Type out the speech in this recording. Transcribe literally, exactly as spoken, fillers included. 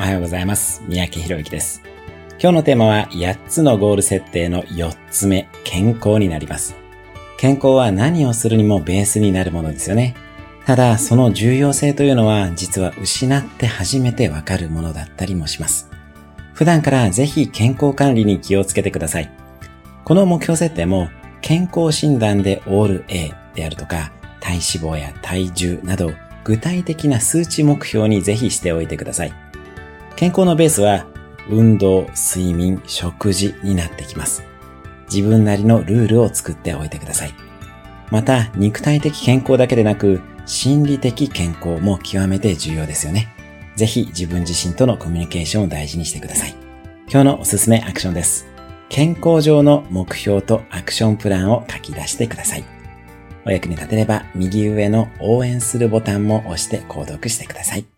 はようございます。三宅宏之です。今日のテーマはやっつのゴール設定のよっつめ、健康になります。健康は何をするにもベースになるものですよね。ただ、その重要性というのは実は失って初めてわかるものだったりもします。普段からぜひ健康管理に気をつけてください。この目標設定も健康診断でオール A であるとか、体脂肪や体重など具体的な数値目標にぜひしておいてください。健康のベースは運動、睡眠、食事になってきます。自分なりのルールを作っておいてください。また、肉体的健康だけでなく、心理的健康も極めて重要ですよね。ぜひ自分自身とのコミュニケーションを大事にしてください。今日のおすすめアクションです。健康上の目標とアクションプランを書き出してください。お役に立てれば右上の応援するボタンも押して購読してください。